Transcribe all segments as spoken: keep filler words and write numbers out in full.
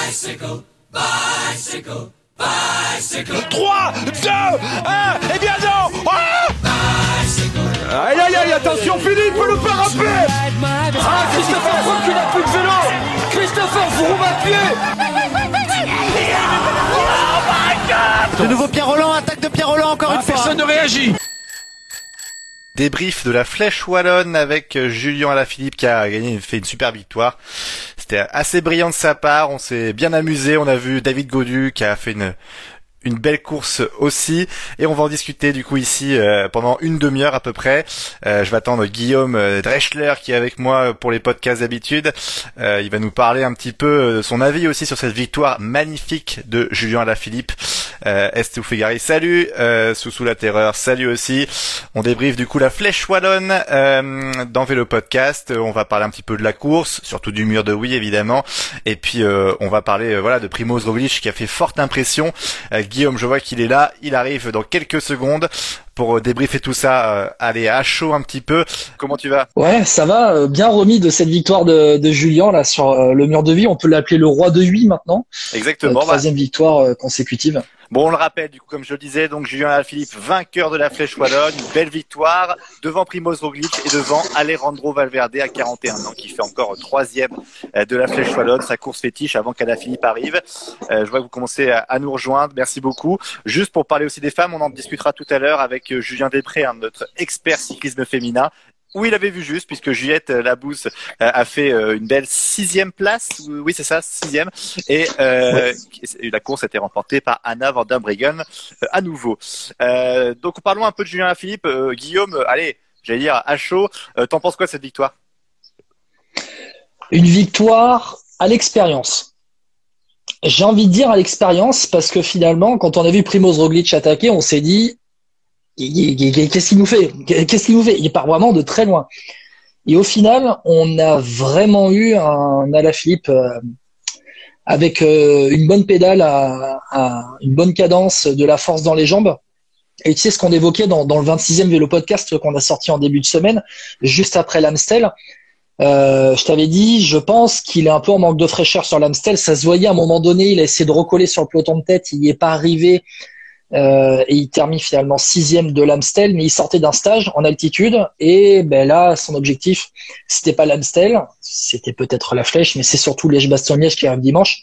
Bicycle, bicycle, bicycle. trois, deux, un, et bien non. Ah, aïe aïe aïe, attention Philippe, le parapet. Ah, Christopher Froome qui n'a plus de vélo. Christopher Froome à pied. Oh my God. De nouveau Pierre Rolland, attaque de Pierre Rolland encore Ah, une fois. personne ne réagit. Débrief de la Flèche Wallonne avec Julien Alaphilippe qui a gagné, fait une super victoire. C'était assez brillant de sa part, on s'est bien amusé, on a vu David Gaudu qui a fait une une belle course aussi, et on va en discuter du coup ici euh, pendant une demi-heure à peu près. Euh, je vais attendre Guillaume euh, Dreschler qui est avec moi pour les podcasts d'habitude. Euh, il va nous parler un petit peu de son avis aussi sur cette victoire magnifique de Julien Alaphilippe. Euh, Est-Oufegari, salut. Euh, Soussou la Terreur, salut aussi. On débriefe du coup la Flèche Wallonne euh, dans Vélo Podcast. On va parler un petit peu de la course, surtout du mur de oui évidemment, et puis euh, on va parler euh, voilà de Primož Roglič qui a fait forte impression. Euh, Guillaume, je vois qu'il est là, il arrive dans quelques secondes pour débriefer tout ça, euh, aller à chaud un petit peu. Comment tu vas ? Ouais, ça va, euh, bien remis de cette victoire de, de Julien là sur euh, le mur de vie. On peut l'appeler le roi de Huy maintenant. Exactement. Euh, troisième bah. victoire euh, consécutive. Bon, on le rappelle, du coup, comme je le disais, donc Julien Alaphilippe, vainqueur de la Flèche Wallonne, une belle victoire devant Primož Roglič et devant Alejandro Valverde à quarante et un ans, qui fait encore troisième de la Flèche Wallonne, sa course fétiche avant qu'Alaphilippe arrive. Euh, je vois que vous commencez à, à nous rejoindre, merci beaucoup. Juste pour parler aussi des femmes, on en discutera tout à l'heure avec Julien Després, hein, notre expert cyclisme féminin. où il avait vu juste, puisque Juliette Labousse a fait une belle sixième place. Oui, c'est ça, sixième. Et euh, ouais. La course a été remportée par Anna van der Breggen à nouveau. Euh, donc, parlons un peu de Julien Alaphilippe. Euh, Guillaume, allez, j'allais dire à chaud. Euh, T'en penses quoi de cette victoire? Une victoire à l'expérience. J'ai envie de dire à l'expérience parce que finalement, quand on a vu Primož Roglič attaquer, on s'est dit qu'est-ce qu'il nous fait? Qu'est-ce qu'il nous fait? Il part vraiment de très loin. Et au final, on a vraiment eu un Alaphilippe euh, avec euh, une bonne pédale, à, à une bonne cadence, de la force dans les jambes. Et tu sais ce qu'on évoquait dans, dans le vingt-sixième Vélo Podcast qu'on a sorti en début de semaine, juste après l'Amstel. Euh, je t'avais dit, je pense qu'il est un peu en manque de fraîcheur sur l'Amstel. Ça se voyait à un moment donné, il a essayé de recoller sur le peloton de tête, il n'y est pas arrivé. Euh, et il termine finalement sixième de l'Amstel, mais il sortait d'un stage en altitude et ben là son objectif c'était pas l'Amstel, c'était peut-être la Flèche, mais c'est surtout Liège-Bastogne-Liège qui arrive dimanche.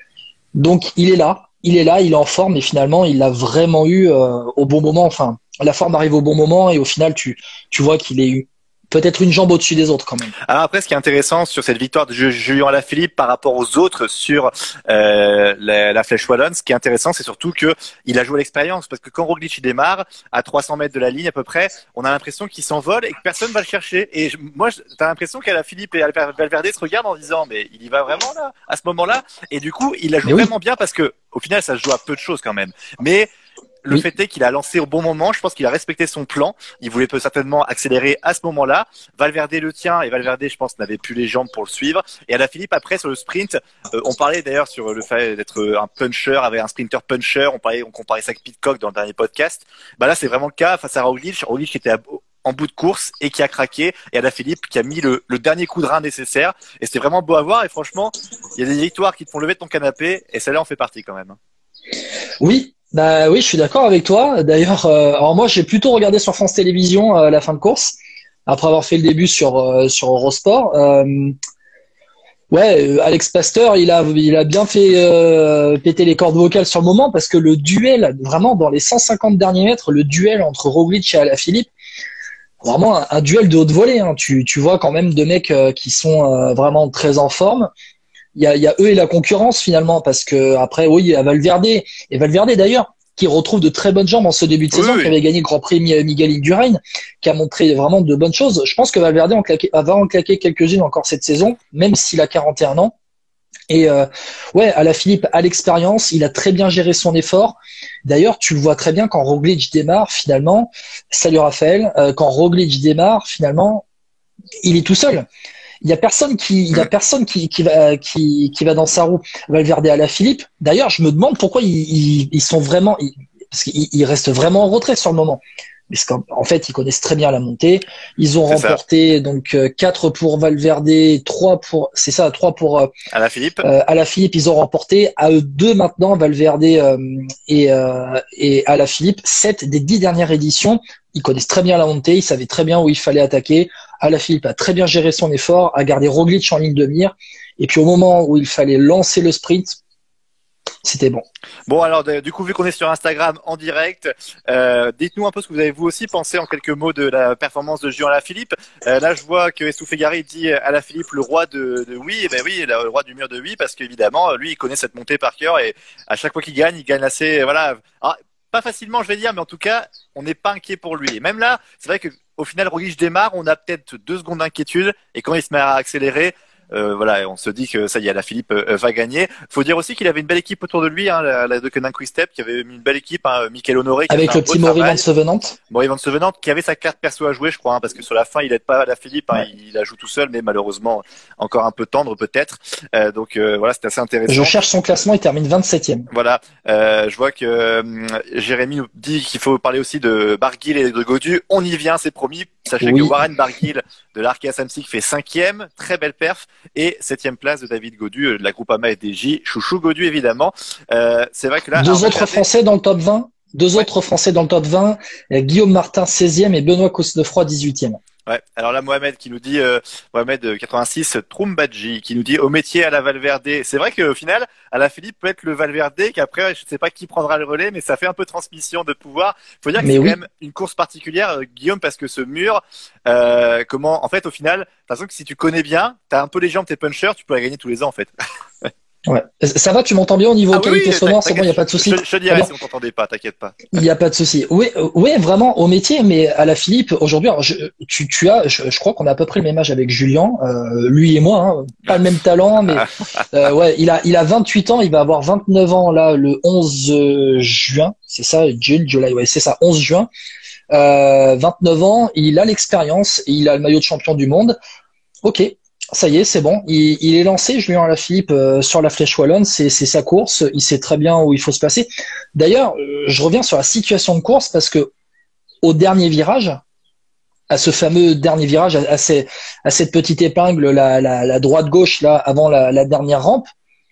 Donc il est là, il est là, il est en forme et finalement il l'a vraiment eu euh, au bon moment. Enfin, la forme arrive au bon moment et au final tu tu vois qu'il est eu peut-être une jambe au-dessus des autres quand même. Alors après, ce qui est intéressant sur cette victoire de Julien Alaphilippe par rapport aux autres sur euh, la, la Flèche Wallonne, ce qui est intéressant, c'est surtout que il a joué l'expérience. Parce que quand Roglič démarre à trois cents mètres de la ligne à peu près, on a l'impression qu'il s'envole et que personne va le chercher. Et je, moi, t'as l'impression qu'Alaphilippe et Valverde se regardent en disant mais il y va vraiment là à ce moment-là. Et du coup, il la joue oui. vraiment bien parce que au final, ça se joue à peu de choses quand même. Mais le oui. fait est qu'il a lancé au bon moment. Je pense qu'il a respecté son plan. Il voulait peut certainement accélérer à ce moment-là. Valverde le tient et Valverde, je pense, n'avait plus les jambes pour le suivre. Et Alaphilippe, après, sur le sprint, euh, on parlait d'ailleurs sur le fait d'être un puncher, avec un sprinter puncher. On parlait, on comparait ça avec Pidcock dans le dernier podcast. Bah là, c'est vraiment le cas face à Roglič. Roglič qui était à, en bout de course et qui a craqué. Et Alaphilippe qui a mis le, le dernier coup de rein nécessaire. Et c'était vraiment beau à voir. Et franchement, il y a des victoires qui te font lever de ton canapé. Et celle-là en fait partie quand même. Oui. Bah oui, je suis d'accord avec toi. D'ailleurs, euh, alors moi j'ai plutôt regardé sur France Télévisions euh, la fin de course après avoir fait le début sur euh, sur Eurosport. Euh, ouais, Alex Pasteur, il a il a bien fait euh, péter les cordes vocales sur le moment parce que le duel, vraiment dans les cent cinquante derniers mètres, le duel entre Roglič et Alaphilippe, vraiment un, un duel de haute volée. Hein. Tu tu vois quand même deux mecs euh, qui sont euh, vraiment très en forme. Il y a, il y a eux et la concurrence finalement parce que après oui il y a Valverde et Valverde d'ailleurs qui retrouve de très bonnes jambes en ce début de saison, oui, qui avait gagné le Grand Prix Miguel Indurain, qui a montré vraiment de bonnes choses. Je pense que Valverde en claqué, va en claquer quelques-unes encore cette saison, même s'il a quarante et un ans. Et euh, ouais, Alaphilippe a l'expérience, il a très bien géré son effort. D'ailleurs, tu le vois très bien quand Roglič démarre finalement. Salut Raphaël, euh, quand Roglič démarre finalement, il est tout seul. Il y a personne qui, il y a personne qui, qui va, qui, qui va dans sa roue. Valverde et Alaphilippe. D'ailleurs, je me demande pourquoi ils, ils, ils sont vraiment, ils, parce qu'ils ils restent vraiment en retrait sur le moment. Mais c'est qu'en en fait, ils connaissent très bien la montée. Ils ont C'est remporté ça. donc euh, quatre pour Valverde, trois pour, c'est ça, trois pour euh, Alaphilippe. Euh, Alaphilippe, ils ont remporté à eux deux maintenant, Valverde euh, et euh, et Alaphilippe, sept des dix dernières éditions. Ils connaissent très bien la montée, ils savaient très bien où il fallait attaquer. Alaphilippe a très bien géré son effort, a gardé Roglic en ligne de mire. Et puis au moment où il fallait lancer le sprint, c'était bon. Bon, alors de, du coup, vu qu'on est sur Instagram en direct, euh, dites-nous un peu ce que vous avez vous aussi pensé en quelques mots de la performance de Juan Alaphilippe. Euh, là, je vois que Estoufegari dit Alaphilippe le roi de, de oui, et ben oui, le roi du mur de oui, parce qu'évidemment, lui, il connaît cette montée par cœur et à chaque fois qu'il gagne, il gagne assez, voilà. Alors, pas facilement, je vais dire, mais en tout cas, on n'est pas inquiet pour lui. Et même là, c'est vrai que au final, Roglic démarre, on a peut-être deux secondes d'inquiétude, et quand il se met à accélérer, Euh, voilà, on se dit que ça y est, Alaphilippe euh, va gagner. Faut dire aussi qu'il avait une belle équipe autour de lui, hein, la, la de Kenan Quick-Step, qui avait mis une belle équipe, hein, Mikel Honoré, qui avec le petit Maury Van Sevenant. Maury Van Sevenant, qui avait sa carte perso à jouer, je crois, hein, parce que sur la fin, il aide pas Alaphilippe, hein, ouais. il, il la joue tout seul, mais malheureusement encore un peu tendre peut-être. Euh, donc euh, voilà, c'était assez intéressant. Je cherche son classement, il termine vingt-septième. Voilà, euh, je vois que euh, Jérémy nous dit qu'il faut parler aussi de Barguil et de Gaudu. On y vient, c'est promis. Sachez oui. que Warren Barguil de l'Arkea Samsic fait cinquième, très belle perf, et septième place de David Gaudu de la Groupama et D J. Chouchou Gaudu évidemment. Euh, c'est vrai que là deux autres Français dans le top vingt, deux ouais. autres Français dans le top vingt, Guillaume Martin seizième et Benoît Cosnefroy dix-huitième. Ouais. Alors là, Mohamed qui nous dit, euh, Mohamed quatre-vingt-six, Trumbadji qui nous dit au métier à la Valverde. C'est vrai qu'au final, Alaphilippe peut être le Valverde, qu'après, je ne sais pas qui prendra le relais, mais ça fait un peu transmission de pouvoir. Faut dire que mais c'est oui. quand même une course particulière, euh, Guillaume, parce que ce mur, euh, comment, en fait, au final, de toute façon, que si tu connais bien, t'as un peu les jambes, t'es puncher, tu peux la gagner tous les ans, en fait. Ouais. Ça va, tu m'entends bien au niveau ah, qualité oui, sonore, c'est bon, il n'y a pas de souci. Je, je, je dirais si on t'entendait pas, t'inquiète pas. Il n'y a pas de souci. Oui, oui, vraiment au métier, mais Alaphilippe aujourd'hui, je, tu, tu as, je, je crois qu'on a à peu près le même âge avec Julien, euh, lui et moi, hein, pas le même talent, mais euh, ouais, il a, il a vingt-huit ans, il va avoir vingt-neuf ans là le onze juin, c'est ça, July, July, ouais, c'est ça, onze juin. Euh, vingt-neuf ans, il a l'expérience, il a le maillot de champion du monde. Ok. Ça y est, c'est bon. Il, il est lancé, Julien Alaphilippe, euh, sur la Flèche Wallonne. C'est, c'est sa course. Il sait très bien où il faut se placer. D'ailleurs, euh, je reviens sur la situation de course parce que au dernier virage, à ce fameux dernier virage, à, à, ces, à cette petite épingle, la, la, la droite-gauche là, avant la, la dernière rampe,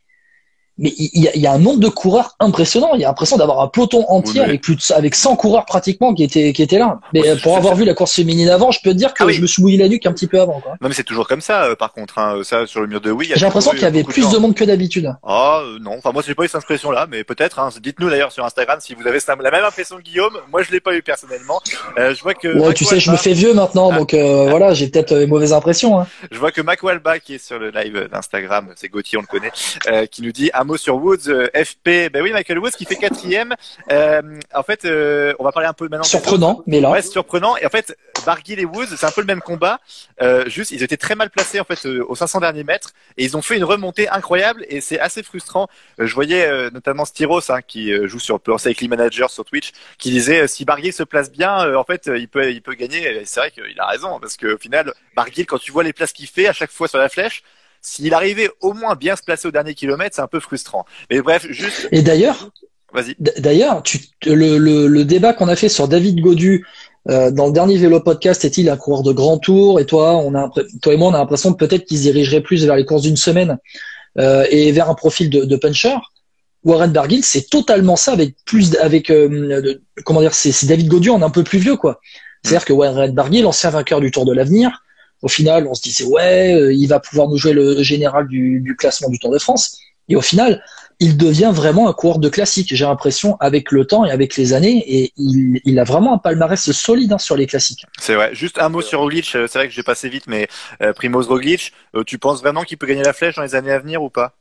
mais il y, a, il y a un nombre de coureurs impressionnant. Il y a l'impression d'avoir un peloton entier oui, mais... avec plus de, avec cent coureurs pratiquement qui étaient qui étaient là. Mais oh, pour avoir ça. vu la course féminine avant, je peux te dire que ah, oui. je me suis mouillé la nuque un petit peu avant. Quoi. Non mais c'est toujours comme ça. Euh, par contre, hein, ça sur le mur de oui. J'ai l'impression qu'il y avait plus de, de monde que d'habitude. Ah euh, non. Enfin moi j'ai pas eu cette impression-là, mais peut-être. Hein. Dites-nous d'ailleurs sur Instagram si vous avez la même impression que Guillaume. Moi je l'ai pas eu personnellement. Euh, je vois que. Ouais, tu sais, je me fais vieux maintenant, ah. donc euh, ah. voilà, j'ai peut-être une mauvaise impression. Hein. Je vois que Mac Walba qui est sur le live d'Instagram, c'est Gauthier, on le connaît, euh, qui nous dit un mot sur Woods. Euh, F P, ben oui, Michael Woods qui fait quatrième. Euh, en fait, euh, on va parler un peu maintenant. Surprenant, mais là. Ouais, c'est surprenant. Et en fait, Barguil et Woods, c'est un peu le même combat. Euh, juste, ils étaient très mal placés en fait euh, aux cinq cents derniers mètres et ils ont fait une remontée incroyable et c'est assez frustrant. Euh, je voyais euh, notamment Styros hein, qui euh, joue sur Pro Cycling Manager sur Twitch, qui disait euh, si Barguil se place bien, euh, en fait, euh, il peut, il peut gagner. Et c'est vrai qu'il a raison parce qu'au final, Barguil, quand tu vois les places qu'il fait à chaque fois sur la flèche. S'il arrivait au moins bien se placer au dernier kilomètre, c'est un peu frustrant. Mais bref, juste. Et d'ailleurs, vas-y. D'ailleurs, tu, le, le, le débat qu'on a fait sur David Gaudu euh, dans le dernier vélo podcast, est-il un coureur de grand tour? Et toi, on a, toi et moi, on a l'impression que peut-être qu'il se dirigerait plus vers les courses d'une semaine euh, et vers un profil de, de puncher. Warren Barguil, c'est totalement ça avec plus, avec euh, de, comment dire, c'est, c'est David Gaudu en un peu plus vieux, quoi. C'est-à-dire que Warren Barguil, ancien vainqueur du Tour de l'Avenir. Au final, on se disait ouais, euh, il va pouvoir nous jouer le général du, du classement du Tour de France. Et au final, il devient vraiment un coureur de classique. J'ai l'impression avec le temps et avec les années, et il, il a vraiment un palmarès solide hein, sur les classiques. C'est vrai. Juste un mot sur Roglic. C'est vrai que j'ai passé vite, mais euh, Primoz Roglic, euh, tu penses vraiment qu'il peut gagner la Flèche dans les années à venir ou pas?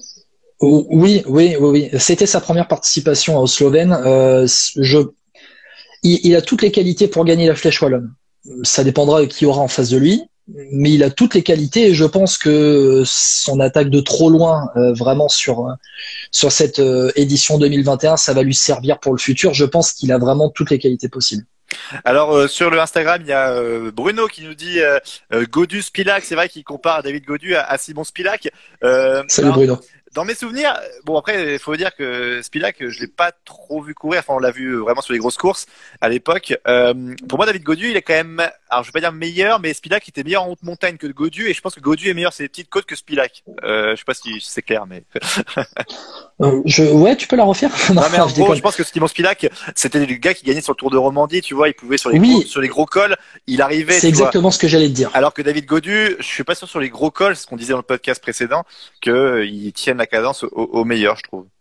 Oui, oui, oui, oui. C'était sa première participation au Slovène. Euh, je, il, il a toutes les qualités pour gagner la Flèche wallonne. Ça dépendra de qui aura en face de lui. Mais il a toutes les qualités et je pense que son attaque de trop loin euh, vraiment sur sur cette euh, édition deux mille vingt et un, ça va lui servir pour le futur. Je pense qu'il a vraiment toutes les qualités possibles. Alors euh, sur le Instagram, il y a euh, Bruno qui nous dit euh, euh, Gaudu Spilac. C'est vrai qu'il compare David Gaudu à, à Simon Spilac. Euh, Salut alors, Bruno. dans mes souvenirs, bon après, il faut dire que Spilak, je l'ai pas trop vu courir. Enfin, on l'a vu vraiment sur les grosses courses à l'époque. Euh, pour moi, David Gaudu, il est quand même, alors je vais pas dire meilleur, mais Spilak était meilleur en haute montagne que Gaudu, et je pense que Gaudu est meilleur sur les petites côtes que Spilak. Euh, je sais pas si c'est clair, mais. euh, je, ouais, tu peux la refaire. Non, mais en je gros, je pense que Simon Spilak, c'était le gars qui gagnait sur le Tour de Romandie, tu vois, il pouvait sur les oui. gros, sur les gros cols, il arrivait. C'est exactement vois. ce que j'allais te dire. Alors que David Gaudu, je suis pas sûr sur les gros cols, ce qu'on disait dans le podcast précédent, que il tienne la cadence au, au meilleur, je trouve.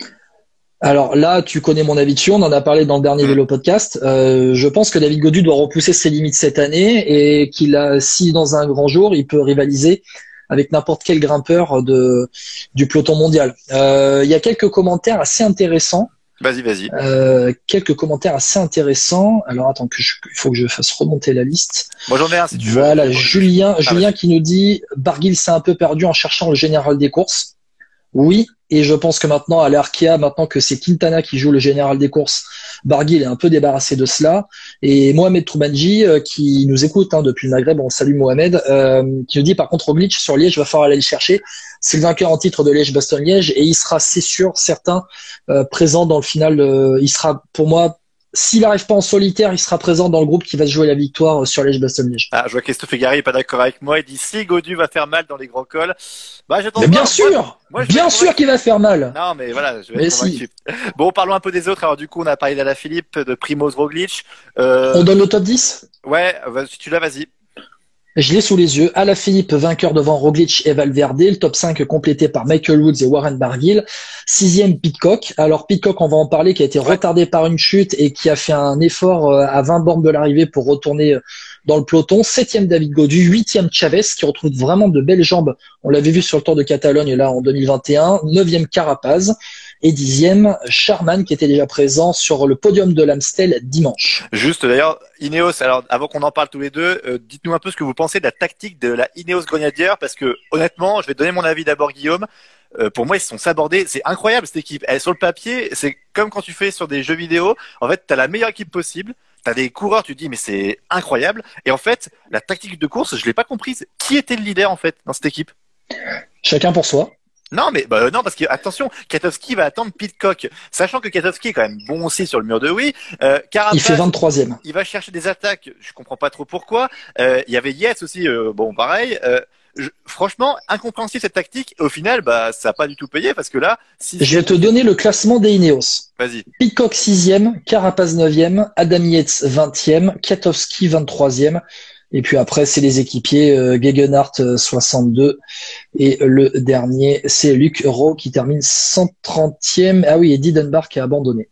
Alors là, tu connais mon avis dessus, on en a parlé dans le dernier mmh. vélo podcast. Euh, je pense que David Gaudu doit repousser ses limites cette année et qu'il a, si dans un grand jour, il peut rivaliser avec n'importe quel grimpeur de du peloton mondial. Euh, il y a quelques commentaires assez intéressants. Vas-y, vas-y. Euh, quelques commentaires assez intéressants. Alors attends, que je, il faut que je fasse remonter la liste. Moi j'en ai un si tu voilà, veux. Voilà, Julien, ah, Julien qui nous dit Barguil s'est un peu perdu en cherchant le général des courses. Oui, et je pense que maintenant à l'Arkea, maintenant que c'est Quintana qui joue le général des courses, Barguil est un peu débarrassé de cela. Et Mohamed Troubanji, euh, qui nous écoute hein, depuis le Maghreb, bon salut Mohamed, euh, qui nous dit par contre Roglic sur Liège, va falloir aller le chercher. C'est le vainqueur en titre de Liège-Bastogne-Liège et il sera, c'est sûr, certain, euh, présent dans le final. Euh, il sera, pour moi, s'il n'arrive pas en solitaire, il sera présent dans le groupe qui va se jouer la victoire sur Liège-Bastogne-Liège. Ah, je vois Christophe Egari est pas d'accord avec moi. Il dit si Gaudu va faire mal dans les grands cols. Bah, j'attends. Mais bien sûr, moi, moi, bien sûr qu'il va faire mal. Non, mais voilà, je vais être convaincu. Si. Bon, parlons un peu des autres. Alors, du coup, on a parlé d'Alaphilippe, de Primoz Roglic. Euh... On donne le top dix? Ouais, si tu l'as, vas-y. Je l'ai sous les yeux. Alaphilippe, vainqueur devant Roglic et Valverde. Le top cinq complété par Michael Woods et Warren Barguil. Sixième, Pidcock. Alors, Pidcock, on va en parler, qui a été ouais. retardé par une chute et qui a fait un effort à vingt bornes de l'arrivée pour retourner dans le peloton. Septième, David Gaudu. Huitième, Chavez, qui retrouve vraiment de belles jambes. On l'avait vu sur le Tour de Catalogne, là, en deux mille vingt et un. Neuvième, Carapaz. Et dixième, Charman, qui était déjà présent sur le podium de l'Amstel dimanche. Juste d'ailleurs, Ineos, alors avant qu'on en parle tous les deux, euh, dites-nous un peu ce que vous pensez de la tactique de la Ineos Grenadier, parce que honnêtement, je vais donner mon avis d'abord Guillaume. Euh, pour moi, ils se sont sabordés. C'est incroyable cette équipe. Elle, sur le papier, c'est comme quand tu fais sur des jeux vidéo. En fait, t'as la meilleure équipe possible. T'as des coureurs, tu te dis mais c'est incroyable. Et en fait, la tactique de course, je l'ai pas comprise. Qui était le leader en fait dans cette équipe? Chacun pour soi. Non, mais bah, non, parce que attention, Katowski va attendre Pidcock, sachant que Katowski est quand même bon aussi sur le mur de oui. Euh, Carapaz, il fait vingt-troisième. Il va chercher des attaques, je comprends pas trop pourquoi. Euh, il y avait Yates aussi, euh, bon pareil. Euh, je, franchement, incompréhensible cette tactique. Au final, bah ça a pas du tout payé parce que là. Si je vais te donner le classement des Ineos. Vas-y. Pidcock sixième, Carapaz neuvième, Adam Yates vingtième, Katowski vingt-troisième. Et puis après, c'est les équipiers, euh, Gegenhardt euh, soixante-deux. Et le dernier, c'est Luc Rowe qui termine cent trentième. Ah oui, et Didenbach qui a abandonné.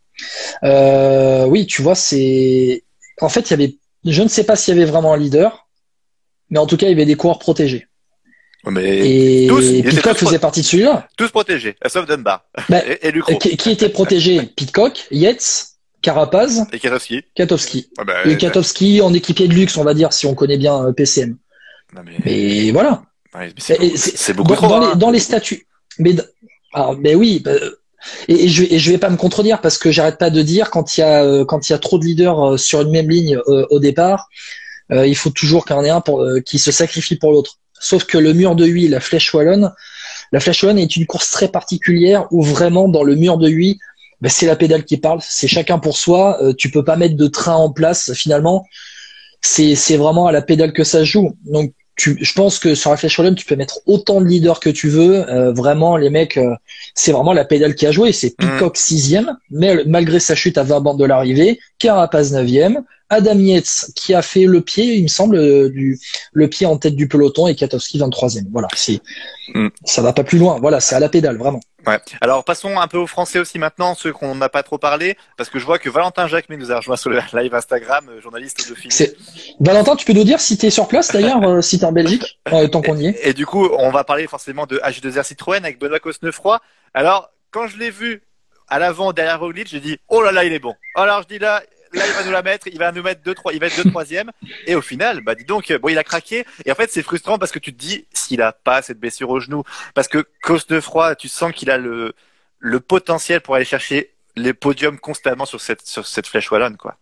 Euh, oui, tu vois, c'est... En fait, il y avait... Je ne sais pas s'il y avait vraiment un leader, mais en tout cas, il y avait des coureurs protégés. Mais et tous, Pidcock faisait pro... partie de celui-là. Tous protégés, sauf Dunbar. Bah, et, et Luc Rowe. Qui, qui était protégé? Pitcock, Yates, Carapaz et Katowski. Katowski. Ah bah, et Katowski bah... en équipier de luxe, on va dire, si on connaît bien P C M. Non mais... mais voilà. Ouais, c'est beaucoup, c'est, c'est beaucoup dans, trop. Dans, hein. les, dans les statuts. Mais, alors, mais oui. Bah, et, et, je, et je vais pas me contredire parce que j'arrête pas de dire quand il y a euh, quand il y a trop de leaders euh, sur une même ligne euh, au départ, euh, il faut toujours qu'il y en ait un pour, euh, qui se sacrifie pour l'autre. Sauf que le mur de Huy, la Flèche Wallonne, la Flèche Wallonne est une course très particulière où vraiment dans le mur de Huy, ben c'est la pédale qui parle, c'est chacun pour soi. Euh, tu peux pas mettre de train en place finalement. C'est c'est vraiment à la pédale que ça se joue. Donc tu, je pense que sur la Flèche Wallonne, tu peux mettre autant de leaders que tu veux. Euh, vraiment, les mecs, euh, c'est vraiment la pédale qui a joué. C'est Pidcock sixième, mais malgré sa chute à vingt bandes de l'arrivée, Carapaz neuvième, Adam Yates qui a fait le pied, il me semble, euh, du le pied en tête du peloton et Katowski vingt-troisième. Voilà, c'est mm. ça va pas plus loin. Voilà, c'est à la pédale vraiment. Ouais. Alors passons un peu aux Français aussi maintenant, ceux qu'on n'a pas trop parlé, parce que je vois que Valentin Jacquemet nous a rejoint sur le live Instagram, journaliste de Philippe. C'est... Valentin, tu peux nous dire si t'es sur place d'ailleurs, euh, si t'es en Belgique, euh, tant qu'on y est. Et, et du coup, on va parler forcément de H deux R Citroën avec Benoît Cosnefroy. Alors, quand je l'ai vu à l'avant derrière Roglic, j'ai dit oh là là, il est bon. Alors je dis là. Là, il va nous la mettre, il va nous mettre deux, trois, il va être deux troisième. Et au final, bah, dis donc, bon, il a craqué. Et en fait, c'est frustrant parce que tu te dis, s'il a pas cette blessure au genou, parce que Cosnefroy, tu sens qu'il a le, le potentiel pour aller chercher les podiums constamment sur cette, sur cette Flèche Wallonne, quoi.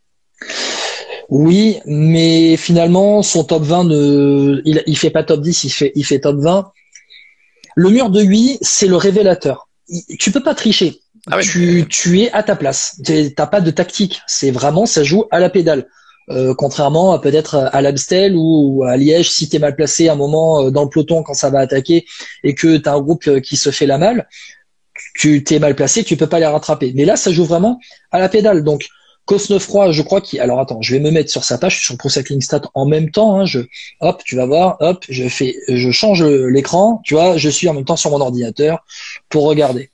Oui, mais finalement, son top vingt ne, il, il fait pas top dix, il fait, il fait top vingt. Le mur de huit, c'est le révélateur. Tu peux pas tricher. Ah oui. Tu, tu es à ta place. T'as pas de tactique. C'est vraiment, ça joue à la pédale. Euh, contrairement à peut-être à l'Amstel ou à Liège, si t'es mal placé à un moment euh, dans le peloton quand ça va attaquer et que t'as un groupe euh, qui se fait la malle, tu t'es mal placé, tu peux pas les rattraper. Mais là, ça joue vraiment à la pédale. Donc, Cosnefroy, je crois qu'il, alors attends, je vais me mettre sur sa page, je suis sur Pro Cycling Stats en même temps, hein, je, hop, tu vas voir, hop, je fais, je change l'écran, tu vois, je suis en même temps sur mon ordinateur pour regarder.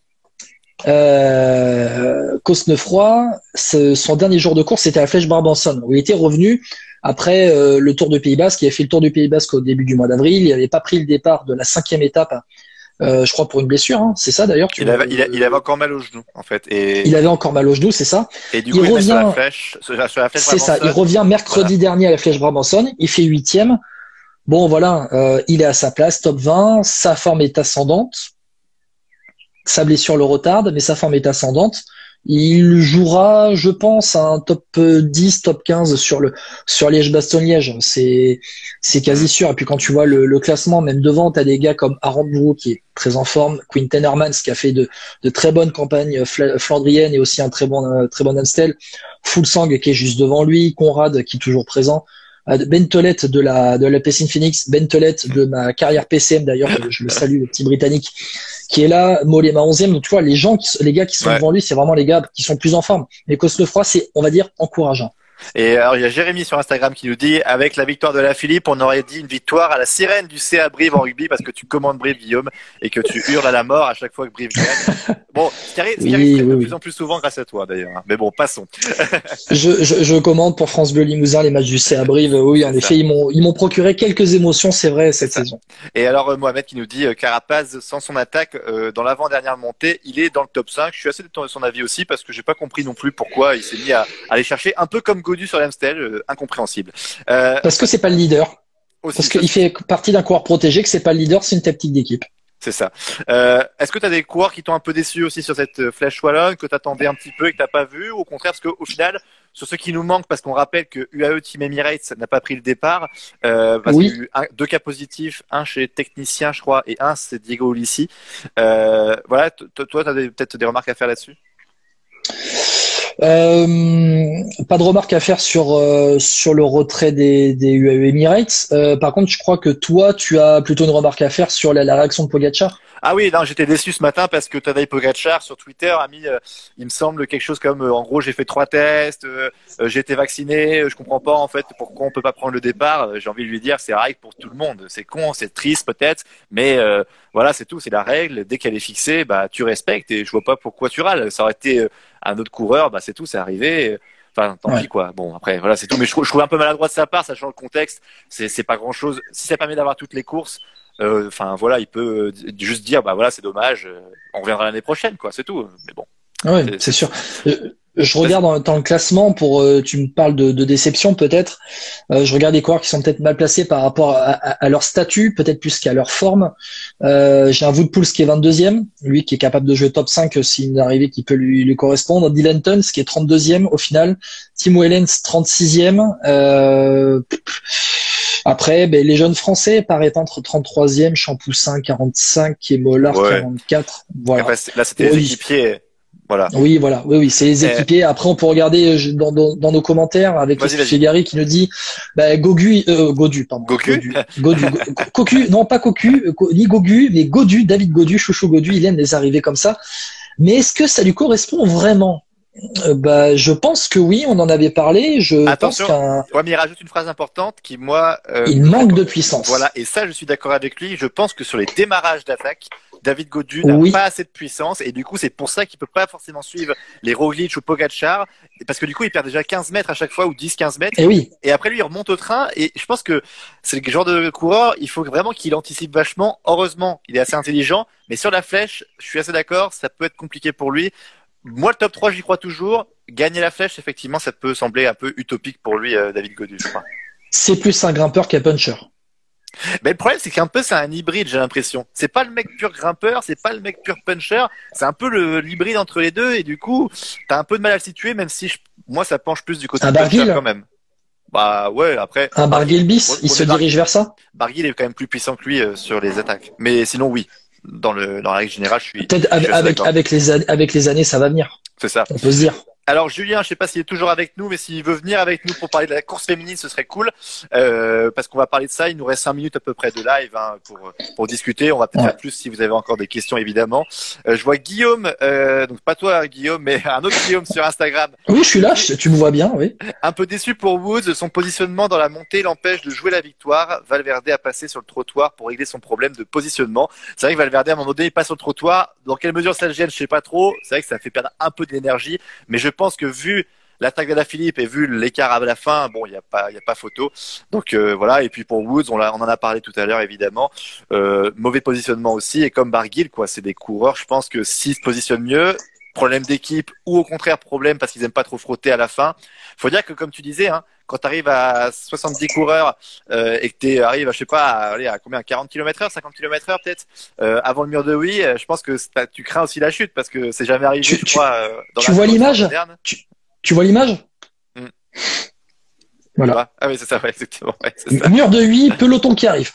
Euh, Cosnefroy, son dernier jour de course, c'était à Flèche Barbanson, où il était revenu après euh, le Tour du Pays Basque. Il a fait le Tour du Pays Basque au début du mois d'avril. Il n'avait pas pris le départ de la cinquième étape, euh, je crois pour une blessure. Hein. C'est ça d'ailleurs. Il avait, il, a, il avait encore mal au genou, en fait. Et il avait encore mal au genou, c'est ça. Et du il coup, il revient sur la flèche, sur la flèche c'est ça. Il revient mercredi voilà. dernier à la Flèche Barbanson. Il fait huitième. Bon, voilà, euh, il est à sa place, top vingt. Sa forme est ascendante. Sa blessure le retarde, mais sa forme est ascendante. Il jouera, je pense, un top dix, top quinze sur le sur Liège-Bastogne-Liège. C'est c'est quasi sûr. Et puis quand tu vois le, le classement, même devant, t'as des gars comme Aramburu qui est très en forme, Quinten Hermans qui a fait de de très bonnes campagnes flandriennes et aussi un très bon très bon Amstel, Fuglsang qui est juste devant lui, Conrad qui est toujours présent. Ben Tollett de la de la Pessin Phoenix, Ben Tollett de ma carrière P C M d'ailleurs, je le salue, le petit Britannique, qui est là, Mollema onzième. Donc tu vois, les gens, qui, les gars qui sont ouais. devant lui, c'est vraiment les gars qui sont plus en forme. Mais Cosnefroy, c'est, on va dire, encourageant. Et alors, il y a Jérémy sur Instagram qui nous dit, avec la victoire de la Philippe, on aurait dit une victoire à la sirène du C A Brive en rugby parce que tu commandes Brive, Guillaume, et que tu hurles à la mort à chaque fois que Brive gagne. Bon, ce qui arrive, ce qui arrive oui, oui, de oui. plus en plus souvent grâce à toi, d'ailleurs. Mais bon, passons. je, je, je commande pour France Bleu Limousin les matchs du C A Brive. Oui, en effet, ils m'ont, ils m'ont procuré quelques émotions, c'est vrai, cette saison. Et alors, Mohamed qui nous dit, euh, Carapaz, sans son attaque, euh, dans l'avant-dernière montée, il est dans le top cinq. Je suis assez de son avis aussi parce que j'ai pas compris non plus pourquoi il s'est mis à, à aller chercher un peu comme Gaudu sur l'Amstel. Euh, incompréhensible. Euh, parce que c'est pas le leader. Aussi, parce qu'il fait partie d'un coureur protégé, que c'est pas le leader, c'est une tactique d'équipe. C'est ça. Euh, est-ce que tu as des coureurs qui t'ont un peu déçu aussi sur cette flèche wallonne, que tu attendais un petit peu et que t'as pas vu, ou au contraire, parce qu'au final, sur ce qui nous manque, parce qu'on rappelle que U A E Team Emirates n'a pas pris le départ, euh, parce oui. qu'il y a eu un, deux cas positifs, un chez Technicien, je crois, et un c'est Diego Ulissi. Euh, voilà, toi, tu as peut-être des remarques à faire là-dessus? Euh, pas de remarques à faire sur euh, sur le retrait des, des U A E Emirates. Euh, par contre, je crois que toi, tu as plutôt une remarque à faire sur la, la réaction de Pogacar. Ah oui, non, j'étais déçu ce matin parce que Tadej Pogacar sur Twitter a mis, euh, il me semble, quelque chose comme, euh, en gros, j'ai fait trois tests, euh, euh, j'ai été vacciné, je comprends pas en fait pourquoi on peut pas prendre le départ. Euh, j'ai envie de lui dire, c'est règle pour tout le monde. C'est con, c'est triste peut-être, mais euh, voilà, c'est tout, c'est la règle. Dès qu'elle est fixée, bah tu respectes et je vois pas pourquoi tu râles. Ça aurait été euh, un autre coureur, bah c'est tout, c'est arrivé. Enfin, tant ouais. pis quoi. Bon, après, voilà, c'est tout. Mais je trouve, je trouve un peu maladroit de sa part, sachant le contexte. C'est, c'est pas grand chose. Si ça permet d'avoir toutes les courses. Enfin euh, voilà, il peut euh, juste dire bah voilà c'est dommage, euh, on reviendra l'année prochaine quoi, c'est tout. Mais bon. Oui, c'est, c'est sûr. Euh, je regarde dans, dans le classement pour euh, tu me parles de, de déception peut-être. Euh, je regarde des coureurs qui sont peut-être mal placés par rapport à, à, à leur statut, peut-être plus qu'à leur forme. Euh, j'ai un Wout Poels qui est vingt-deuxième, lui qui est capable de jouer top cinq s'il y a une arrivée qui peut lui, lui correspondre. Dylan Tuns qui est trente-deuxième au final. Timo Ehlens trente-sixième. Euh, Après, ben, les jeunes Français paraissent entre trente-troisième, Champoussin quarante-cinq et Mollard ouais. quarante-quatre. Voilà. Après, là, c'était oui. les équipiers. Voilà. Oui, voilà. Oui, oui, c'est les équipiers. Et... Après, on peut regarder dans, dans, dans nos commentaires avec Monsieur Gary qui nous dit, bah, Gogu, euh, Godu, pardon. Gogu. Godu. Godu. Cocu, non, pas Cocu, ni Gogu, mais Godu, David Godu, Chouchou Godu, il aime les arrivées comme ça. Mais est-ce que ça lui correspond vraiment? Euh, bah, je pense que oui, on en avait parlé. Je Attention. pense qu'un. Ouais, mais il rajoute une phrase importante qui, moi, euh, il manque de puissance. Voilà, et ça, je suis d'accord avec lui. Je pense que sur les démarrages d'attaque, David Godu n'a oui. pas assez de puissance, et du coup, c'est pour ça qu'il peut pas forcément suivre les Roglic ou Pogacar, parce que du coup, il perd déjà quinze mètres à chaque fois ou dix, quinze mètres. Et oui. Et après, lui, il remonte au train, et je pense que c'est le genre de coureur, il faut vraiment qu'il anticipe vachement. Heureusement, il est assez intelligent, mais sur la flèche, je suis assez d'accord, ça peut être compliqué pour lui. Moi, le top trois, j'y crois toujours. Gagner la flèche, effectivement, ça peut sembler un peu utopique pour lui, euh, David Godu, je crois. C'est plus un grimpeur qu'un puncher. Mais le problème, c'est qu'un peu, c'est un hybride, j'ai l'impression. C'est pas le mec pur grimpeur, c'est pas le mec pur puncher. C'est un peu le, l'hybride entre les deux, et du coup, t'as un peu de mal à le situer, même si je, moi, ça penche plus du côté un puncher Barguil. Quand même. Bah ouais, après. Un Barguil bis, il se dirige vers ça. Barguil est quand même plus puissant que lui euh, sur les attaques. Mais sinon, oui. dans le dans la règle générale, je suis peut-être je suis avec avec, avec les an- avec les années, ça va venir. C'est ça. On peut se dire. Alors Julien, je sais pas s'il est toujours avec nous, mais s'il veut venir avec nous pour parler de la course féminine, ce serait cool, euh, parce qu'on va parler de ça. Il nous reste cinq minutes à peu près de live hein, pour pour discuter. On va peut-être Ouais. faire plus si vous avez encore des questions, évidemment. Euh, je vois Guillaume, euh, donc pas toi Guillaume, mais un autre Guillaume sur Instagram. Oui, je suis là. je- Tu me vois bien, oui. Un peu déçu pour Woods, son positionnement dans la montée l'empêche de jouer la victoire. Valverde a passé sur le trottoir pour régler son problème de positionnement. C'est vrai que Valverde, à un moment donné, il passe sur le trottoir. Dans quelle mesure ça le gêne, je sais pas trop. C'est vrai que ça fait perdre un peu d'énergie, mais je pense que vu l'attaque d'Alaphilippe et vu l'écart à la fin, bon, il y a pas, il y a pas photo. Donc euh, voilà. Et puis pour Woods, on, l'a, on en a parlé tout à l'heure, évidemment. Euh, mauvais positionnement aussi. Et comme Barguil, quoi, c'est des coureurs. Je pense que s'ils se positionnent mieux, problème d'équipe ou au contraire problème parce qu'ils aiment pas trop frotter à la fin. Faut dire que comme tu disais, hein, quand tu arrives à soixante-dix coureurs euh, et que tu arrives à je sais pas à, allez, à combien quarante kilomètres heure, cinquante kilomètres heure peut-être euh, avant le mur de oui, je pense que tu crains aussi la chute parce que c'est jamais arrivé Tu, je tu, crois euh, dans tu la vois course l'image moderne. tu, tu vois l'image Mm. Voilà. Ah oui, c'est ça, ouais, exactement. Ouais, c'est ça. Mur de huit, peloton qui arrive.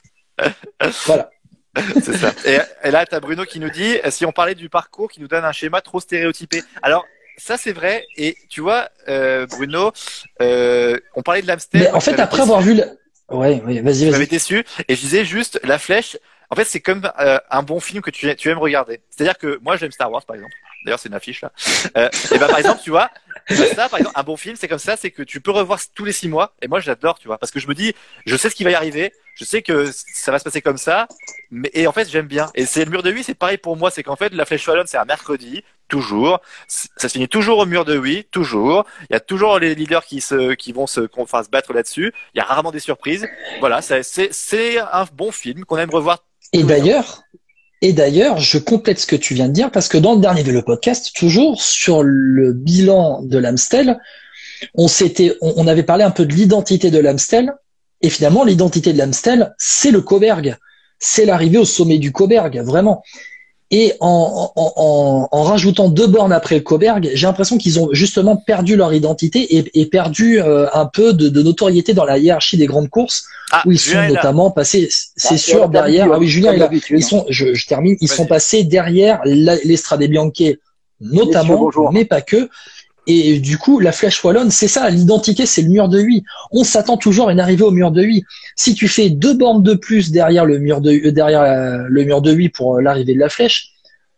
Voilà. C'est ça. Et, et là, tu as Bruno qui nous dit, si on parlait du parcours, qui nous donne un schéma trop stéréotypé. Alors, ça, c'est vrai. Et tu vois, euh, Bruno, euh, on parlait de l'Amstel. Mais en fait, après avoir vu, le... ouais, ouais, vas-y, Tu m'avais vas-y. déçu. Et je disais juste, La Flèche, en fait, c'est comme euh, un bon film que tu, tu aimes regarder. C'est-à-dire que moi, j'aime Star Wars, par exemple. D'ailleurs, c'est une affiche là. Euh, et ben, par exemple, tu vois, ça, par exemple, un bon film, c'est comme ça, c'est que tu peux revoir tous les six mois. Et moi, j'adore, tu vois, parce que je me dis, je sais ce qui va y arriver, je sais que ça va se passer comme ça. Mais et en fait, j'aime bien. Et c'est le mur de Huy, c'est pareil pour moi, c'est qu'en fait, la Flèche Wallonne, c'est un mercredi, toujours. Ça se finit toujours au mur de Huy, toujours. Il y a toujours les leaders qui se, qui vont se, qu'on fasse battre là-dessus. Il y a rarement des surprises. Voilà, c'est, c'est, c'est un bon film qu'on aime revoir. Et d'ailleurs, et d'ailleurs, je complète ce que tu viens de dire parce que dans le dernier Vélo Podcast, toujours sur le bilan de l'Amstel, on s'était, on, on avait parlé un peu de l'identité de l'Amstel et finalement, l'identité de l'Amstel, c'est le Cauberg. C'est l'arrivée au sommet du Cauberg, vraiment. Et en, en, en, en rajoutant deux bornes après le Cauberg, j'ai l'impression qu'ils ont justement perdu leur identité et, et perdu euh, un peu de, de notoriété dans la hiérarchie des grandes courses, ah, où ils Julien sont notamment passés, c'est ah, sûr, derrière. Ah oui, Julien, il a, ils sont, je, je termine, ils Vas-y. sont passés derrière la, l'Estrade Bianche, notamment, Messieurs, mais pas que. Et du coup, la Flèche Wallonne, c'est ça, l'identité, c'est le mur de Huy. On s'attend toujours à une arrivée au mur de Huy. Si tu fais deux bornes de plus derrière le mur de, euh, derrière euh, le mur de Huy pour euh, l'arrivée de la Flèche,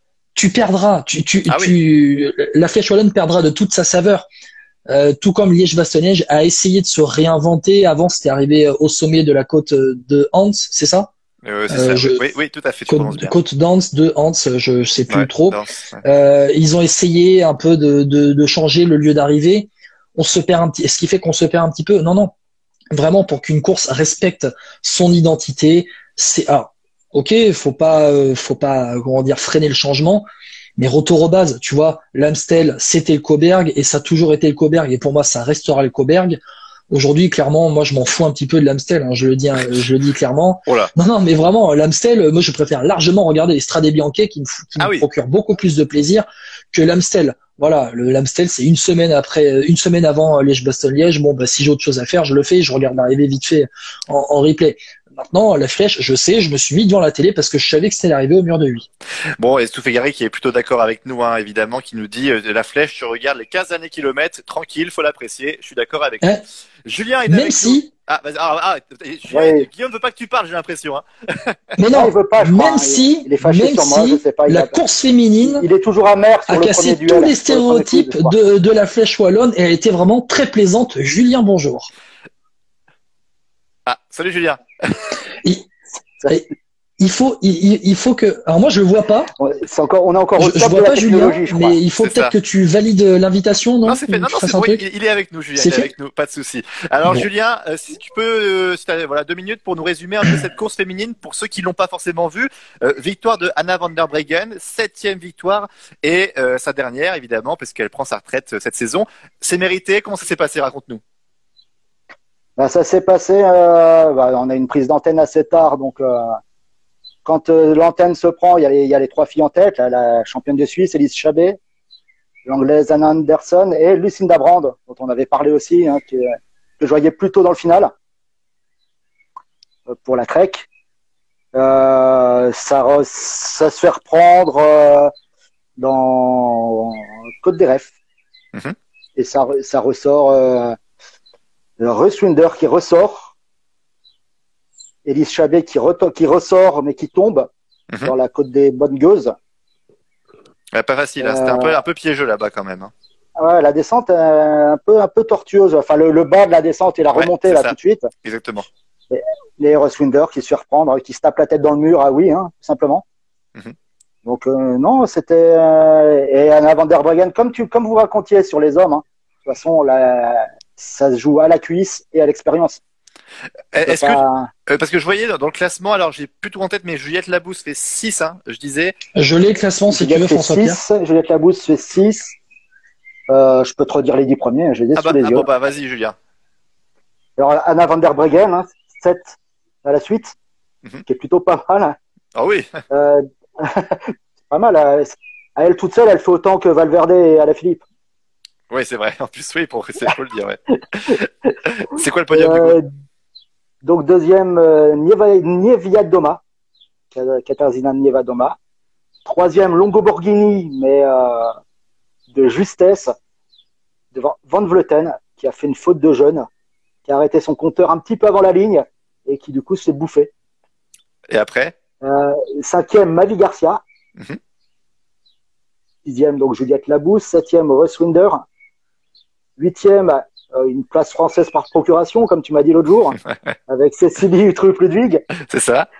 tu perdras. Tu, tu, Ah tu, la Flèche Wallonne perdra de toute sa saveur. Euh, tout comme Liège-Bastogne-Liège a essayé de se réinventer. Avant, c'était arrivé au sommet de la côte de Hans, c'est ça? Euh, c'est Euh, ça. je- Oui, oui, tout à fait. Tu prononces Côte, bien. côte d'Ans, de Hans, je, je sais plus Ouais, trop. danse, ouais. Euh, ils ont essayé un peu de, de, de changer le lieu d'arrivée. On se perd un petit, ce qui fait qu'on se perd un petit peu. Non, non. Vraiment, pour qu'une course respecte son identité, c'est, alors, ok, faut pas, euh, faut pas, comment dire, freiner le changement. Mais retour aux bases, tu vois, l'Amstel, c'était le Cauberg et ça a toujours été le Cauberg et pour moi, ça restera le Cauberg. Aujourd'hui, clairement, moi, je m'en fous un petit peu de l'Amstel, hein, je le dis, hein, je le dis clairement. Oh là. Non, non, mais vraiment, l'Amstel, euh, moi, je préfère largement regarder les Strade Bianche qui me, fou- qui Ah me oui. procurent beaucoup plus de plaisir que l'Amstel. Voilà, le l'Amstel, c'est une semaine après, euh, une semaine avant euh, Liège-Bastogne-Liège. Bon, bah, si j'ai autre chose à faire, je le fais, je regarde l'arrivée vite fait en, en replay. Maintenant, la Flèche, je sais, je me suis mis devant la télé parce que je savais que c'était l'arrivée au mur de Huy. Bon, et Stouffé Gary qui est plutôt d'accord avec nous, hein, évidemment, qui nous dit euh, la Flèche, tu regardes les quinze derniers kilomètres, tranquille, faut l'apprécier. Je suis d'accord avec Hein lui. Julien est Même avec nous. si, Ah, vas-y, ah, ah, et Julien, Ouais. Guillaume veut pas que tu parles, j'ai l'impression. Hein. mais Non, non, il veut pas, je crois, même hein. si, Il est fâché même sur moi, si je sais pas, il la a- course féminine Il est toujours amer sur a le premier cassé duel. tous les sur le premier stéréotypes quiz, je crois. de, de la Flèche Wallonne et a été vraiment très plaisante. Julien, bonjour. Ah, salut Julien. Il faut, il, il- il faut que. Alors moi, je le vois pas. Ouais, c'est encore, on est encore au Je, je top vois de la pas Julien, technologie, je crois. mais il faut C'est peut-être ça. que tu valides l'invitation, non Non, c'est fait. Ou Non, tu non, fasses c'est un bon, truc il, il est avec nous, Julien. C'est Il est fait avec nous, pas de souci. Alors, Bon. Julien, euh, si tu peux, euh, si t'as, voilà, deux minutes pour nous résumer un peu cette course féminine pour ceux qui l'ont pas forcément vue. Euh, victoire de Anna van der Breggen, septième victoire et euh, sa dernière, évidemment, parce qu'elle prend sa retraite euh, cette saison. C'est mérité. Comment ça s'est passé? Raconte-nous. Bah, ça s'est passé, euh, bah, on a une prise d'antenne assez tard, donc euh, quand euh, l'antenne se prend, il y, a les, il y a les trois filles en tête, là, la championne de Suisse, Elise Chabet, l'anglaise Anna Anderson et Lucinda Brand, dont on avait parlé aussi, hein, qui, euh, que je voyais plutôt dans le final euh, pour la Trek. Euh, ça, re, ça se fait reprendre euh, dans Côte des Refs. Mm-hmm. Et ça, ça ressort euh, Russ Winder qui ressort, Elise Chabet qui, re- qui ressort mais qui tombe mm-hmm. dans la Côte des Bonnes Gueuses. Ouais, pas facile, hein. C'était euh... un peu un peu piégeux là-bas quand même. Hein. Ouais, la descente est un peu un peu tortueuse. Enfin, le, le bas de la descente et la remontée ouais, là ça. Tout de suite. Exactement. Et, les Russ Winder qui se fait reprendre, qui se tape la tête dans le mur, ah oui, hein, tout simplement. Mm-hmm. Donc euh, non, c'était euh, et Anna van der Breggen, comme tu comme vous racontiez sur les hommes. Hein, de toute façon, la, ça se joue à la cuisse et à l'expérience. Est-ce pas... que euh, parce que je voyais dans le classement, alors j'ai plus tout en tête, mais Juliette Labousse fait six, hein, je disais. Je l'ai le classement si Juliette tu veux, François Pierre. Juliette Labousse fait six. Euh, je peux te redire les dix premiers, je les ai ah sous bah, les ah yeux. Bon bah vas-y Julien. Alors Anna van der Breggen, hein, sept à la suite, mm-hmm. qui est plutôt pas mal. Ah oui. Euh, c'est pas mal. À elle toute seule, elle fait autant que Valverde et Alaphilippe. Oui, c'est vrai. En plus, oui, pour c'est faut le dire. Ouais. C'est quoi le podium euh, du coup? Donc deuxième, euh, Niewiadoma, Katarzyna Niewiadoma. Troisième, Longo Borghini, mais euh, de justesse, devant Van Vleuten, qui a fait une faute de jeune, qui a arrêté son compteur un petit peu avant la ligne et qui du coup s'est bouffé. Et après euh, Cinquième, Mavi Garcia. Mm-hmm. Sixième, donc Juliette Labousse. Septième, Russ Winder. Huitième, euh, une place française par procuration, comme tu m'as dit l'autre jour, avec Cécilie Uttrup-Ludwig. C'est ça.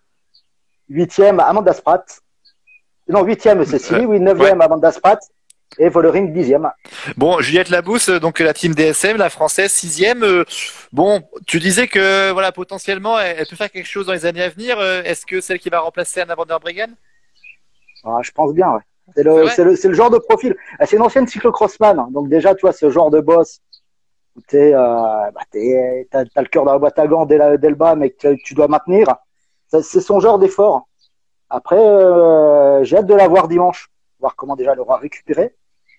Huitième, Amanda Spratt. Non, huitième, Cécilie, oui. Neuvième, ouais. Amanda Spratt. Et Vollering, dixième. Bon, Juliette Labousse, donc la team D S M, la française, sixième. Euh, bon, tu disais que voilà, potentiellement, elle, elle peut faire quelque chose dans les années à venir. Euh, est-ce que celle qui va remplacer Anna van der Breggen? Ah, je pense bien, ouais. C'est le, c'est, le, c'est le genre de profil. C'est une ancienne cyclocrossman. Donc déjà, tu vois, ce genre de boss où t'es, euh, bah, t'es, t'as, t'as le cœur dans la boîte à gants dès, la, dès le bas, mais que tu dois maintenir. Ça, c'est son genre d'effort. Après, euh, j'ai hâte de la voir dimanche. Voir comment déjà elle aura récupéré.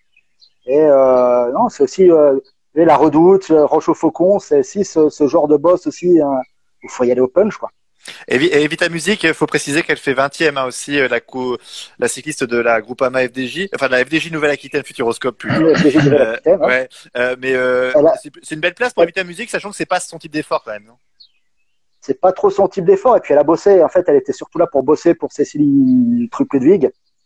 Et euh, non, c'est aussi euh, la Redoute, Roche au Faucon, c'est aussi ce, ce genre de boss aussi. Hein, il faut y aller au punch, quoi. Et, et Vita Music, il faut préciser qu'elle fait vingtième hein, aussi, la, co- la cycliste de la Groupama F D J, enfin de la F D J Nouvelle-Aquitaine Futuroscope plus. Oui, F D J Nouvelle-Aquitaine. Euh, ouais. Euh, mais euh, a... c'est, c'est une belle place pour Vita Music, sachant que c'est pas son type d'effort quand même, non? C'est pas trop son type d'effort. Et puis elle a bossé. En fait, elle était surtout là pour bosser pour Cécilie Uttrup-Ludwig.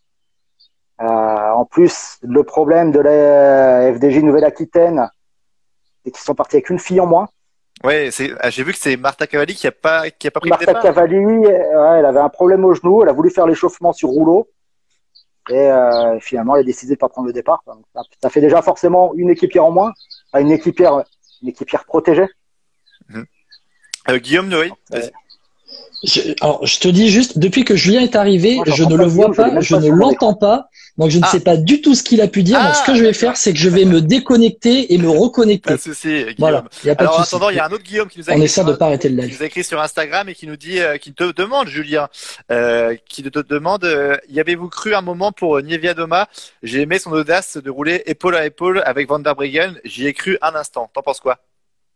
Euh, en plus, le problème de la F D J Nouvelle-Aquitaine, c'est qu'ils sont partis avec une fille en moins. Ouais, c'est, j'ai vu que c'est Marta Cavalli qui a pas, qui a pas pris Marta le départ. Marta Cavalli, ouais, elle avait un problème au genou, elle a voulu faire l'échauffement sur rouleau. Et euh, finalement, elle a décidé de pas prendre le départ. Donc, ça, ça fait déjà forcément une équipière en moins. Enfin, une équipière, une équipière protégée. Mmh. Euh, Guillaume Noé, vas-y. Je, alors, je te dis juste, depuis que Julien est arrivé, Moi, je ne le vois pas, je, je ne l'entends pas, donc je ne ah. sais pas du tout ce qu'il a pu dire. Ah, donc, ce que je vais faire, c'est que je vais me déconnecter et me reconnecter. Pas de souci, Guillaume. Voilà, y a pas Alors, de en attendant, il y a un autre Guillaume qui nous a On écrit essaie de pas arrêter le live. Qui nous a écrit sur Instagram et qui nous dit, euh, qui te demande, Julien, euh, qui te demande, euh, y avez-vous cru un moment pour Niewiadoma? J'ai aimé son audace de rouler épaule à épaule avec Van der Breggen. J'y ai cru un instant. T'en penses quoi?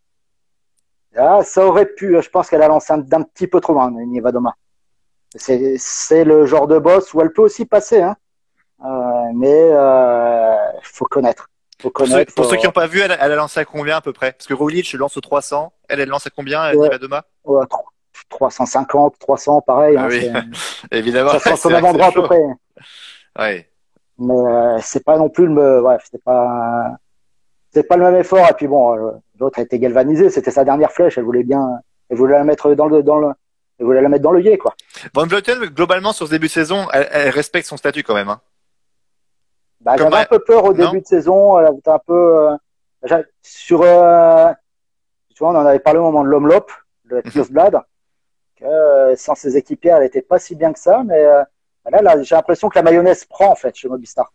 Ah, ça aurait pu, je pense qu'elle a lancé un, d'un petit peu trop loin, Niewiadoma. C'est, c'est le genre de boss où elle peut aussi passer, hein. Euh, mais euh, faut connaître. Faut connaître. Pour, ceux, faut... pour ceux qui n'ont pas vu, elle, elle a lancé à combien à peu près? Parce que Roglic lance au trois cents. Elle, elle lance à combien, ouais. Niewiadoma? Ouais, trois cent cinquante, trois cents, pareil. Ah hein, oui, évidemment. Ça sent son avant-bras à peu près. Ouais. Mais euh, c'est pas non plus le, ouais, c'est pas, c'est pas le même effort. Et puis bon, euh, l'autre a été galvanisée. C'était sa dernière flèche. Elle voulait bien, elle voulait la mettre dans le, dans le. Elle voulait la mettre dans l'œillet, quoi. Van Vleuten, globalement, sur ce début de saison, elle, elle respecte son statut quand même. Hein. Bah, j'avais un peu peur au début non. de saison. Elle avait un peu euh, sur. Euh, tu vois, on en avait parlé au moment de l'Omloop, de Kjosblad, que euh, sans ses équipiers, elle était pas si bien que ça. Mais euh, là, là, j'ai l'impression que la mayonnaise prend en fait chez Movistar.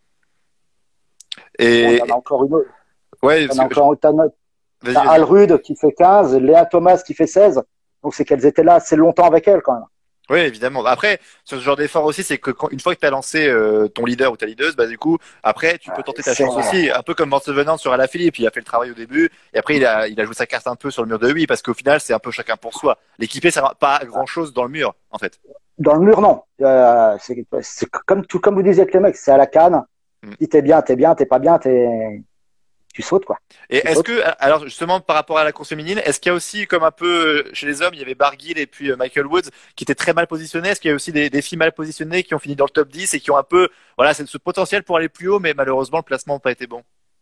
Et on en a encore une autre. Ouais. On a encore je... t'as, t'as Alrud qui fait quinze, Léa Thomas qui fait seize. Donc c'est qu'elles étaient là assez longtemps avec elle quand même. Oui, évidemment. Après, sur ce genre d'effort aussi, c'est que quand, une fois que tu as lancé euh, ton leader ou ta leaduse, bah du coup, après, tu peux tenter ta C'est- chance aussi, un peu comme Vance Venant sur Alaphilippe. Il a fait le travail au début, et après, il a, il a joué sa carte un peu sur le mur de huit, parce qu'au final, c'est un peu chacun pour soi. L'équipé, ça sert pas à grand chose dans le mur, en fait. Dans le mur, non. Euh, c'est c'est comme tout comme vous disiez avec les mecs, c'est à la canne. Mm. Si t'es bien, t'es bien, t'es pas bien, t'es tu sautes quoi. Et Tu est-ce sautes. que, alors justement, par rapport à la course féminine, est-ce qu'il y a aussi, comme un peu euh, chez les hommes, il y avait Barguil et puis euh, Michael Woods qui étaient très mal positionnés. Est-ce qu'il y a aussi des, des filles mal positionnées qui ont fini dans le top dix et qui ont un peu, voilà, c'est ce potentiel pour aller plus haut, mais malheureusement, le placement n'a pas été bon.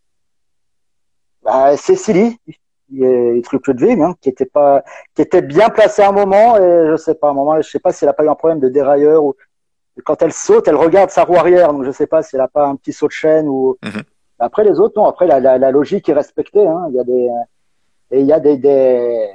Bah, Cécilie, et triple de hein, qui était pas, qui était bien placée à un moment et je sais pas, à un moment, je sais pas si elle a pas eu un problème de dérailleur ou quand elle saute, elle regarde sa roue arrière, donc je sais pas si elle a pas un petit saut de chaîne ou. Mhm. Après les autres, non. Après la, la, la logique est respectée. Hein. Il y a des et il y a des, des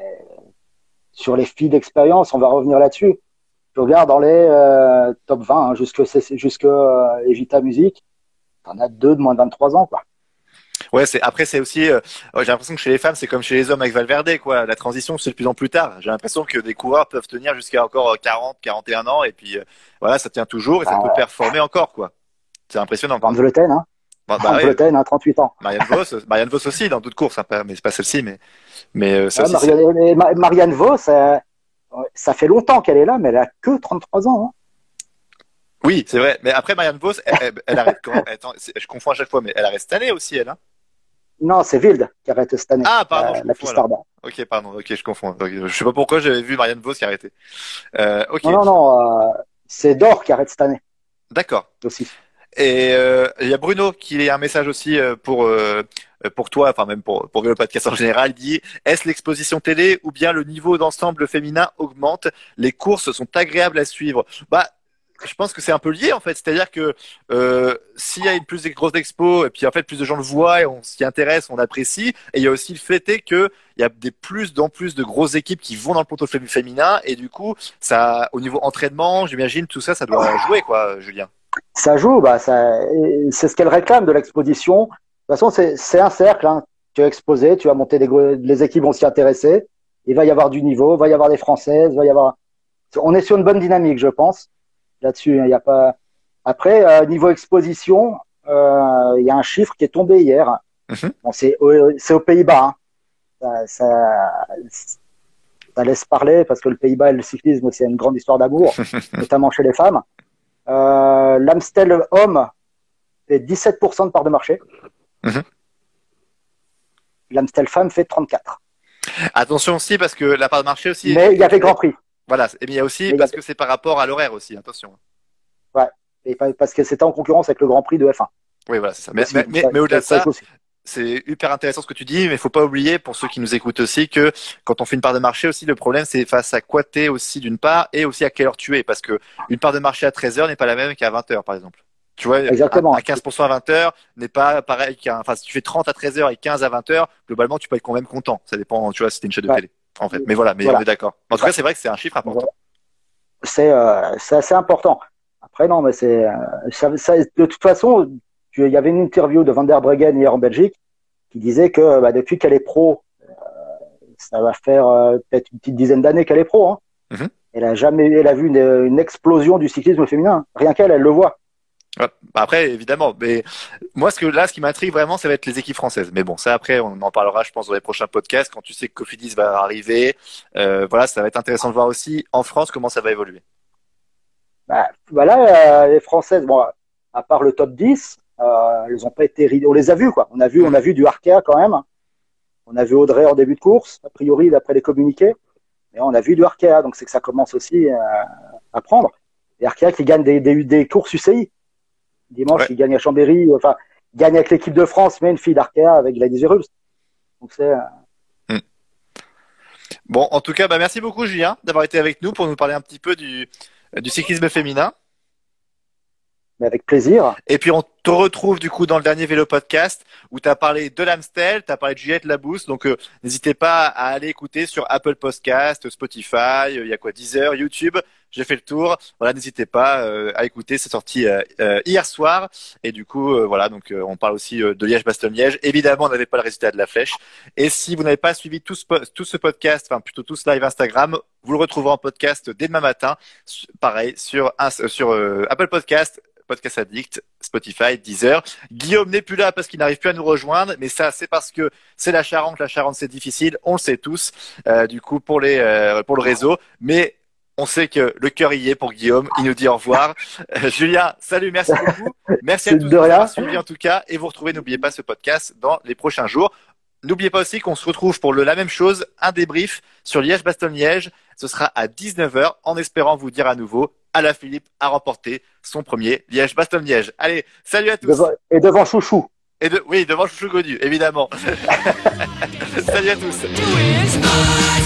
sur les filles d'expérience. On va revenir là-dessus. Tu regardes dans les euh, top vingt, hein, jusque jusque euh, Evita Music, t'en as deux de moins de vingt-trois ans, quoi. Ouais, c'est après c'est aussi, euh, ouais, j'ai l'impression que chez les femmes c'est comme chez les hommes avec Valverde, quoi. La transition c'est de plus en plus tard. J'ai l'impression que des coureurs peuvent tenir jusqu'à encore quarante, quarante et un ans et puis euh, voilà, ça tient toujours et ça Ah, peut performer encore, quoi. C'est impressionnant. Van Vleuten, hein. Bah, bah, Van ouais, Vleuten, hein, trente-huit ans. Marianne Vos, Marianne Vos aussi dans d'autres courses, hein, pas- mais c'est pas celle-ci, mais mais euh, ça Ah, aussi. c'est- Marianne, et Ma- Marianne Vos, ça, ça fait longtemps qu'elle est là, mais elle a que trente-trois ans. Hein. Oui, c'est vrai. Mais après Marianne Vos, elle, elle- elle arrête quand? Attends, c'est- je confonds à chaque fois, mais elle arrête cette année aussi, elle. Hein. Non, c'est Wild qui arrête cette année. Ah, pardon, la, je la confonds pistarde. alors. Ok, pardon. Ok, je confonds. Ok, je sais pas pourquoi j'avais vu Marianne Vos qui arrêtait. Euh, ok, Non, non, non. Euh, c'est Dor qui arrête cette année d'accord. aussi. Et euh, il y a Bruno qui a un message aussi euh, pour euh, pour toi, enfin même pour pour le podcast en général. Il dit: est-ce l'exposition télé ou bien le niveau d'ensemble féminin augmente? Les courses sont agréables à suivre. Bah, je pense que c'est un peu lié en fait. C'est-à-dire que euh, s'il y a une plus grosse expo et puis en fait plus de gens le voient et on s'y intéresse, on apprécie. Et il y a aussi le fait est que il y a des plus d'en plus de grosses équipes qui vont dans le poteau féminin et du coup ça au niveau entraînement, j'imagine tout ça, ça doit jouer quoi, Julien. Ça joue, bah, ça, c'est ce qu'elle réclame de l'exposition. De toute façon, c'est, c'est un cercle. Hein. Tu vas exposer, tu vas monter des gros, les équipes vont s'y intéresser. Il va y avoir du niveau, il va y avoir des Françaises, il va y avoir. On est sur une bonne dynamique, je pense. Là-dessus, il n'y a pas. Après, euh, niveau exposition, euh, il y a un chiffre qui est tombé hier. Mhm. Bon, c'est, au- c'est aux Pays-Bas. Hein. Ça, ça, ça laisse parler parce que le Pays-Bas et le cyclisme, c'est une grande histoire d'amour, notamment chez les femmes. Euh, L'Amstel homme fait dix-sept pour cent de part de marché. Mhm. L'Amstel femme fait trente-quatre. Attention aussi parce que la part de marché aussi. Mais il y avait Grand Prix. Voilà, et il y a aussi Mais il y parce avait- que c'est par rapport à l'horaire aussi. Attention. Et pas- parce que c'était en concurrence avec le Grand Prix de F un. Oui, voilà, c'est ça. Mais, Aussi, mais, donc mais, ça- mais au-delà de ça- ça, ça aussi. c'est hyper intéressant ce que tu dis, mais il faut pas oublier pour ceux qui nous écoutent aussi que quand on fait une part de marché aussi, le problème c'est face à quoi t'es aussi d'une part et aussi à quelle heure tu es, parce que une part de marché à treize heures n'est pas la même qu'à vingt heures par exemple. Tu vois, Exactement. à quinze pour cent à vingt heures n'est pas pareil qu'un, enfin si tu fais trente à treize heures et quinze à vingt heures, globalement tu peux être quand même content. Ça dépend, tu vois, si t'es une chaîne de Ouais. télé. En fait, mais voilà, mais Voilà. on est d'accord. En tout cas, c'est vrai que c'est un chiffre important. C'est euh, c'est assez important. Après, non, mais c'est euh, ça, ça- de toute façon, tu- il y avait une interview de Van der Breggen hier en Belgique qui disait que bah, depuis qu'elle est pro, euh, ça va faire euh, peut-être une petite dizaine d'années qu'elle est pro. Hein. Mhm. Elle a jamais, elle a vu une, une explosion du cyclisme féminin. Rien qu'elle, elle le voit. Ouais, bah après, évidemment, mais moi, ce que là, ce qui m'intrigue vraiment, ça va être les équipes françaises. Mais bon, ça après, on en parlera, je pense, dans les prochains podcasts, quand tu sais que Cofidis va arriver. Euh, voilà, ça va être intéressant de voir aussi en France comment ça va évoluer. Bah, voilà, euh, les Françaises, bon, à part le top dix, euh, elles ont pas été ri- on les a vues, quoi. On a vu, on a vu du Arkea quand même. On a vu Audrey en début de course, a priori, d'après les communiqués. Mais on a vu du Arkea, donc c'est que ça commence aussi euh, à prendre. Et Arkea qui gagne des, des, des courses U C I. Dimanche, Ouais. il gagne à Chambéry, enfin, il gagne avec l'équipe de France, mais une fille d'Arkea avec Gladys Verhulst. Donc c'est, euh, Bon, en tout cas, bah, merci beaucoup, Julien, d'avoir été avec nous pour nous parler un petit peu du, du cyclisme féminin. mais avec plaisir. Et puis, on te retrouve du coup dans le dernier vélo podcast où tu as parlé de l'Amstel, tu as parlé de Juliette Labousse. Donc, euh, n'hésitez pas à aller écouter sur Apple Podcast, Spotify, il y a quoi, Deezer, YouTube. j'ai fait le tour. Voilà, n'hésitez pas euh, à écouter, c'est sorti euh, euh, hier soir. Et du coup, euh, voilà, donc euh, on parle aussi euh, de Liège-Bastogne-Liège. Évidemment, on n'avait pas le résultat de la flèche. Et si vous n'avez pas suivi tout ce, tout ce podcast, enfin plutôt tout ce live Instagram, vous le retrouverez en podcast dès demain matin. Pareil, sur, sur euh, Apple Podcast, Podcast Addict, Spotify, Deezer. Guillaume n'est plus là parce qu'il n'arrive plus à nous rejoindre, mais ça, c'est parce que c'est la Charente. La Charente, c'est difficile, on le sait tous. Euh, du coup, pour les, euh, pour le réseau, mais on sait que le cœur y est pour Guillaume. Il nous dit au revoir. Euh, Julien, salut, merci beaucoup. Merci à tous de nous avoir suivis en tout cas, et vous retrouvez, n'oubliez pas ce podcast dans les prochains jours. N'oubliez pas aussi qu'on se retrouve pour le, la même chose, un débrief sur Liège-Bastogne-Liège. Ce sera à dix-neuf heures, en espérant vous dire à nouveau, Alaphilippe a remporté son premier Liège-Bastogne-Liège. Allez, salut à tous. Devant, et devant Chouchou. Et de, oui, devant Chouchou Godu, évidemment. Salut à tous.